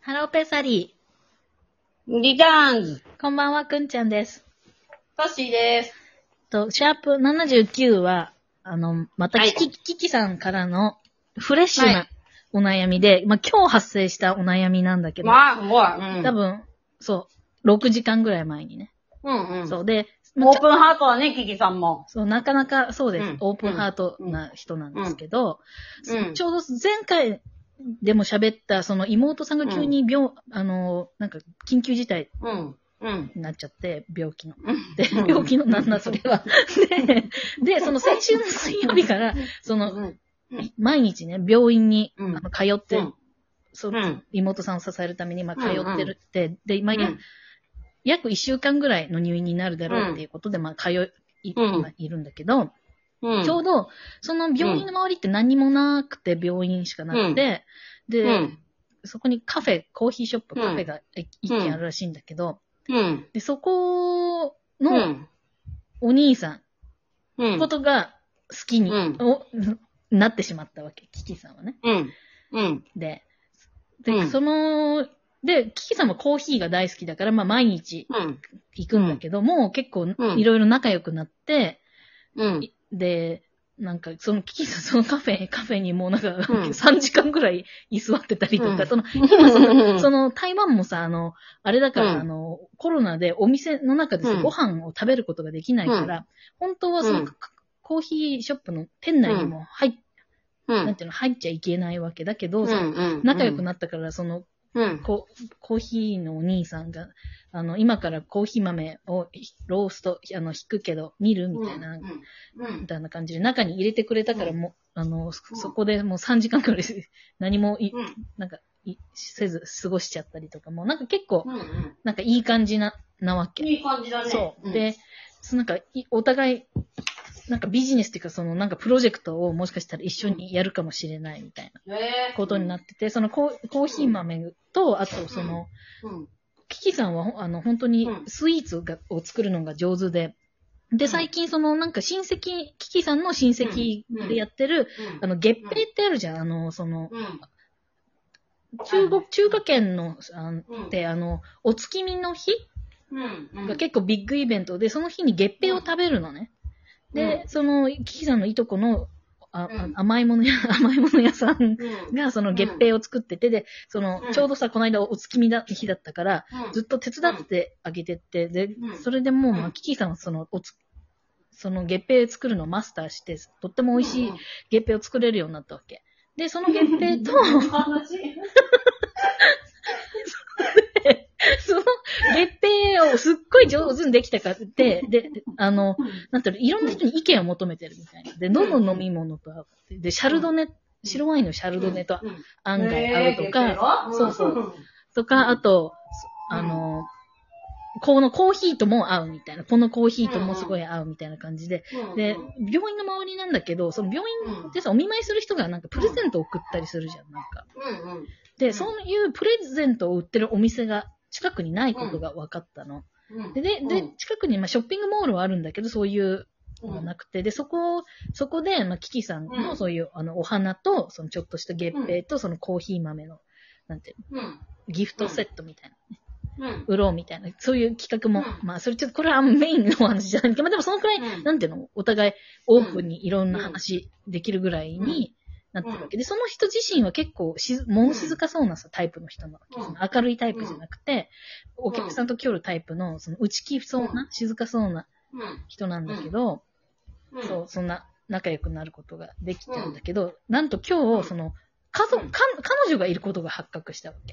ハローペサリリターンズ。 ー。こんばんは、くんちゃんです。 トッシーです。 シャープ79は、またはい。 キキさんからのフレッシュはないお悩みで、今日発生したお悩みなんだけど、 まあ、すごい。うん。 多分、6時間ぐらい前にね。 うんうん。 そうで、 オープンハートはね、キキさんも。 そう、なかなかそうです、オープンハートうんな人なんですけど、 うん。 ちょうど前回でも喋った、その妹さんが急になんか緊急事態うん。うん。 になっちゃって、病気の。 うんで、病気のなんだそれは。で、その先週の水曜日から、毎日ね、病院に通って、妹さんを支えるために通ってるって、で、今約1週間ぐらいの入院になるだろうっていうことで、今いるんだけど、ちょうど、その病院の周りって何にもなくて、病院しかなくて、で、そこにコーヒーショップ、カフェが一軒あるらしいんだけど、で、そこのお兄さん、ことが好きに、なってしまったわけ、キキさんはね。で、キキさんもコーヒーが大好きだから、毎日行くんだけども、結構いろいろ仲良くなって、で、なんか、そのカフェにもうなんか、3時間ぐらい居座ってたりとか、その台湾もさ、あれだから、コロナでお店の中でご飯を食べることができないから、本当はその、コーヒーショップの店内にも入っちゃいけないわけだけど、仲良くなったから、コーヒーのお兄さんが、今からコーヒー豆をロースト、引くけど、見るみたいな感じで中に入れてくれたからもう、そこでもう3時間くらい何もせず過ごしちゃったりとかも、なんか結構、なんかいい感じなわけ。 いい感じだね。 そう。で、なんか、お互い、なんかビジネスっていうか、なんかプロジェクトをもしかしたら一緒にやるかもしれないみたいなことになってて、そのコーヒー豆と、あとキキさんは本当にスイーツを作るのが上手で、で、最近なんかキキさんの親戚でやってる、月餅ってあるじゃん、中華圏の、お月見の日が結構ビッグイベントで、その日に月餅を食べるのね。で、キキさんのいとこの、甘いもの屋さんが、その月餅を作ってて、で、ちょうどさ、この間お月見日だったから、ずっと手伝ってあげてって、で、それでもう、キキさんはその月餅作るのをマスターして、とっても美味しい月餅を作れるようになったわけ。で、その月餅と、その月餅をすっごい上手にできたかって、で、なんていうの、いろんな人に意見を求めてるみたいな。で、飲む飲み物と合う。で、白ワインのシャルドネと案外合うとか、とか、あと、このコーヒーとも合うみたいな。このコーヒーともすごい合うみたいな感じで。で、病院の周りなんだけど、その病院ってさ、お見舞いする人がなんかプレゼントを送ったりするじゃん、なんか。で、そういうプレゼントを売ってるお店が近くにないことが分かったの。で、近くにショッピングモールはあるんだけど、そういうのがなくて、で、そこで、キキさんのそういう、お花と、ちょっとした月餅と、コーヒー豆の、なんていうの、ギフトセットみたいなね。売ろうみたいな、そういう企画も、それちょっと、これはメインのお話じゃないけど、でもそのくらい、なんていうの、お互いオープンにいろんな話できるぐらいになってるわけで、その人自身は結構物静かそうなタイプの人なわけ。明るいタイプじゃなくて、お客さんと来るタイプの、内気そうな、静かそうな人なんだけど、そう、そんな仲良くなることができちゃうんだけど、なんと今日、彼女がいることが発覚したわけ。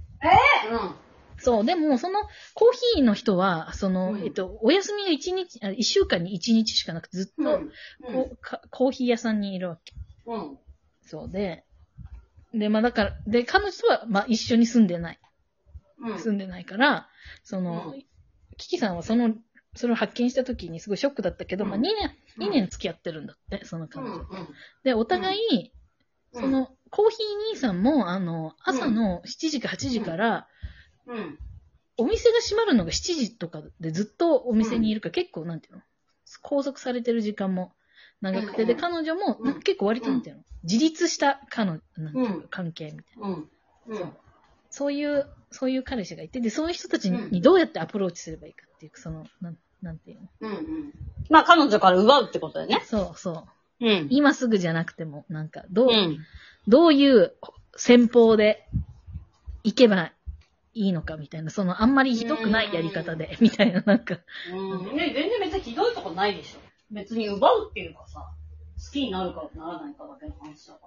そう、でも、コーヒーの人は、お休みが1週間に1日しかなくて、ずっと、コーヒー屋さんにいるわけ。そうで、だから、で、彼女とは、一緒に住んでない。住んでないから、キキさんはそれを発見した時にすごいショックだったけど、2年付き合ってるんだって、その彼女。で、お互い、コーヒー兄さんも、朝の7時か8時から、お店が閉まるのが7時とかでずっとお店にいるから結構なんていうの拘束されてる時間も長くて、で、彼女も結構割となんていうの自立した関係みたいな。そう。 そういう彼氏がいて、で、そういう人たちにどうやってアプローチすればいいかっていう、なんていうの。 うんうん。まあ彼女から奪うってことだよね。 そう。 うん。 今すぐじゃなくても、なんか、どういう戦法で行けばいいのかみたいな、あんまりひどくないやり方で、みたいな、なんか。 ね、全然別にひどいとこないでしょ。別に奪うっていうかさ、好きになるかならないかだけの話だから。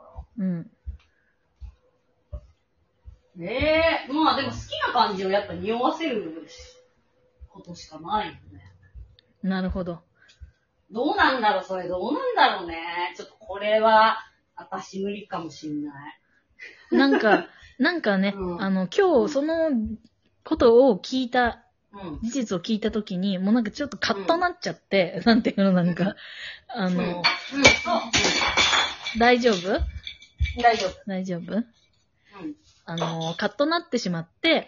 うん。 まあでも好きな感じをやっぱ匂わせることしかないよね。 なるほど。 どうなんだろう、それどうなんだろうね。ちょっとこれは、私無理かもしんない。 なんかね、今日そのことを聞いた、事実を聞いたときに、もうなんかちょっとカッとなっちゃって、なんていうの、なんか、大丈夫？大丈夫？カッとなってしまって、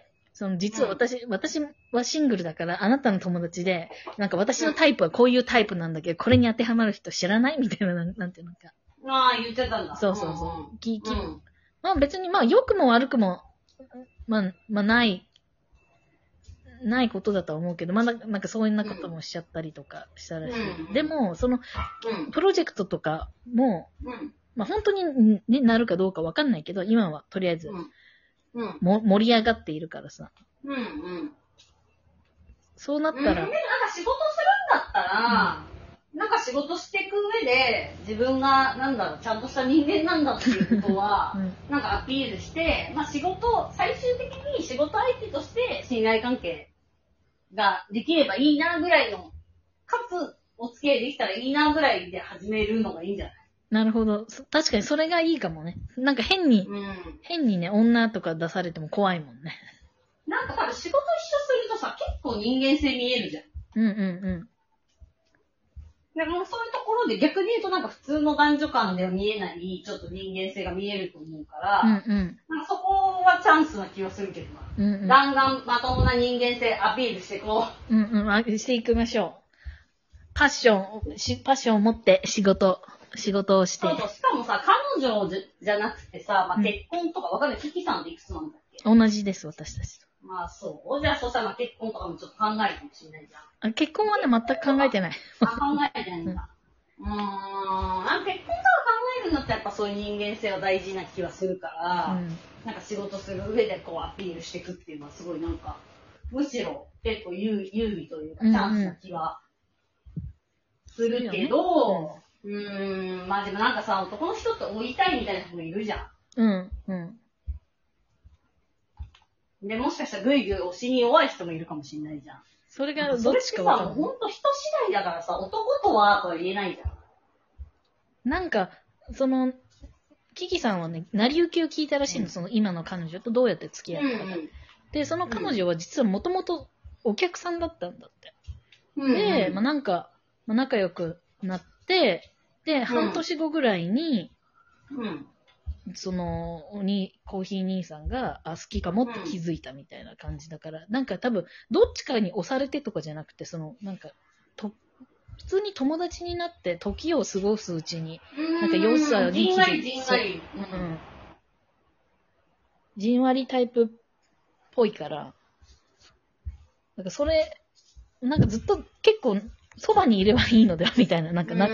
実は私はシングルだから、あなたの友達で、なんか私のタイプはこういうタイプなんだけど、これに当てはまる人知らないみたいな、なんていうのか。 ああ、言っちゃったんだ。 そう。まあ別に、まあ良くも悪くも、まあないことだとは思うけど、まあなんかそういうなこともしちゃったりとかしたらしい。でも、プロジェクトとかも、まあ本当に、ね、なるかどうかわかんないけど、今はとりあえず、盛り上がっているからさ。そうなったら。 でもなんか仕事するんだったら、なんか仕事していく上で、自分が、ちゃんとした人間なんだっていうことは、なんかアピールして、まあ最終的に仕事相手として信頼関係ができればいいなぐらいの、かつお付き合いできたらいいなぐらいで始めるのがいいんじゃない？ なるほど。確かにそれがいいかもね。なんか変にね、女とか出されても怖いもんね。 なんか多分仕事一緒するとさ、結構人間性見えるじゃん。でもそういうところで逆に言うとなんか普通の男女間では見えないちょっと人間性が見えると思うから、なんかそこはチャンスな気がするけどな。ガンガンまともな人間性アピールしていこう。 していきましょう。パッションを持って仕事をして。 そう。しかもさ、彼女じゃなくてさ、まあ、結婚とかわかんない。キキさんっていくつなんだっけ？ 同じです、私たちと。 まあそう。じゃあそしたら結婚とかもちょっと考えるかもしれないじゃん。 結婚はね、全く考えてない。 考えてないんだ。結婚とか考えるのってやっぱそういう人間性は大事な気はするから、なんか仕事する上でこうアピールしていくっていうのはすごいなんか、むしろ結構有利というかチャンスな気はするけど、まあでもなんかさ、男の人って追いたいみたいな人もいるじゃん。で、もしかしたらぐいぐい推しに弱い人もいるかもしれないじゃん。 それがどっちかわかんない。 それってさ、ほんと人次第だからさ、男とはとは言えないじゃん。 なんか、キキさんはね、成り行きを聞いたらしいの、今の彼女とどうやって付き合ったか。で、その彼女は実はもともとお客さんだったんだって。で、まあなんか、仲良くなって、で、半年後ぐらいに、コーヒー兄さんが、好きかもって気づいたみたいな感じだから、なんか多分、どっちかに押されてとかじゃなくて、なんか、普通に友達になって時を過ごすうちに、なんか良さに気づいて、じんわりタイプっぽいから、なんかそれ、なんかずっと結構、そばにいればいいのではみたいな、なんか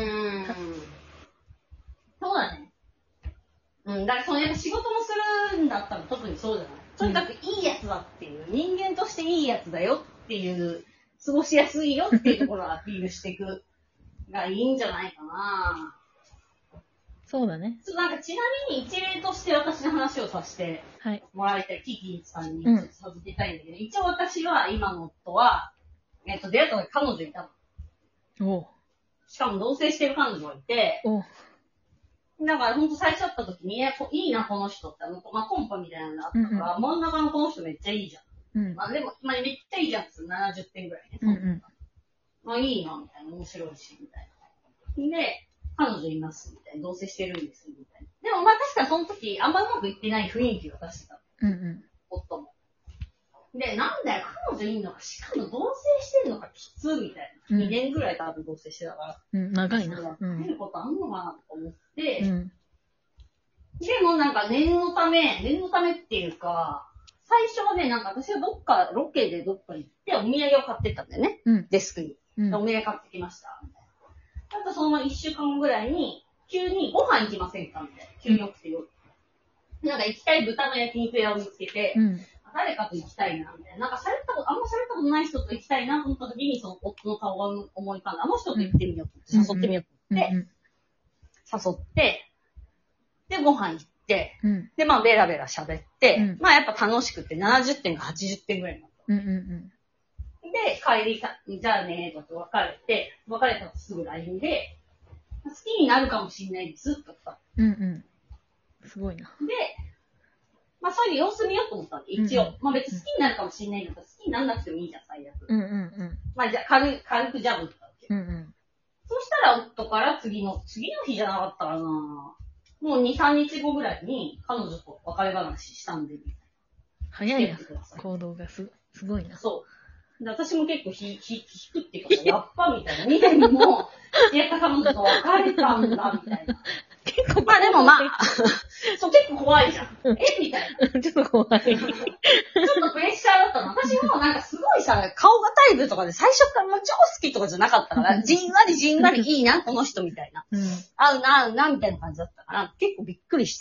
そうだね。だからやっぱ仕事もするんだったら特にそうじゃない。とにかくいいやつだっていう、人間としていいやつだよっていう、過ごしやすいよっていうところをアピールしていくがいいんじゃないかな。 そうだね。 なんかちなみに一例として私の話をさせてもらいたい。キキさんにさせてたいんだけど、一応私は今の夫は、出会った時彼女いたの。しかも同棲してる彼女がいて、だからほんと最初会った時に、いいなこの人って、まあ、コンパみたいなのがあったから、真ん中のこの人めっちゃいいじゃん。まあでも、まあ、めっちゃいいじゃんって70点ぐらいね。まあいいな、みたいな、面白いし、みたいな。で、彼女います、みたいな、同棲してるんです、みたいな。でもまあ確かにその時、あんまうまくいってない雰囲気を出してた。夫も。で、なんだよ、彼女いいのか、しかも同棲してるのかきつ、みたいな。2年ぐらい多分同棲してたから。 長いな。 帰ることあんのかなと思って、でもなんか念のためっていうか、 最初はね、なんか私がロケでどっか行って、お土産を買ってったんだよね。デスクに。お土産買ってきました。みたいな。あとその1週間後ぐらいに、急にご飯行きませんかみたいな。急に起きてよ。なんか行きたい豚の焼肉屋を見つけて、誰かと行きたいな、みたいな。なんかあんまされたことない人と行きたいなと思った時に、その夫の顔が思い浮かんで、あの人と行ってみようと思って、誘ってみようと思って、誘って、で、ご飯行って、で、まあ、ベラベラ喋って、まあ、やっぱ楽しくて、70点か80点ぐらいになった。で、帰りじゃあねーと別れたらすぐ LINE で、好きになるかもしれないですとか。 すごいな。 で、まあ、そういう様子見ようと思ったわけ、一応。まあ、別に好きになるかもしれないんだったら、好きにならなくてもいいじゃん、最悪。まあ、じゃあ、軽くジャブったわけ。そしたら、夫から次の日じゃなかったかな。もう2、3日後ぐらいに、彼女と別れ話したんで、みたいな。 早いな、行動がすごいな。 そう。で私も結構引くっていうか、やっぱみたいな。2年も、付き合った彼女と別れたんだ、みたいな。結構まあでもまあ、そう、結構怖いじゃん。みたいな。 ちょっと怖い。ちょっとプレッシャーだったの。私もなんかすごいさ、顔がタイプとかで最初からもう超好きとかじゃなかったから、じんわりいいな、この人みたいな。合うな、みたいな感じだったから、結構びっくりして、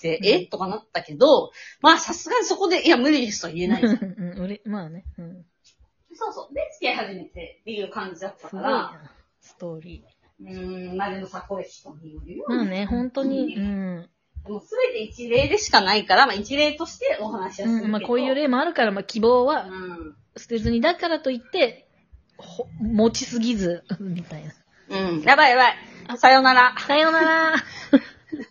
とかなったけど、まあさすがにそこで、いや無理ですとは言えないじゃん。 まあね。 そう。で、付き合い始めてっていう感じだったから。すごいな、 ストーリー。まあでもさ、これ人によるよ。 まあね、本当に。 もうすべて一例でしかないから、まあ一例としてお話はするけど。 まあこういう例もあるから、まあ希望は捨てずに、だからといって、持ちすぎず、みたいな。 やばい。さよなら。 さよなら。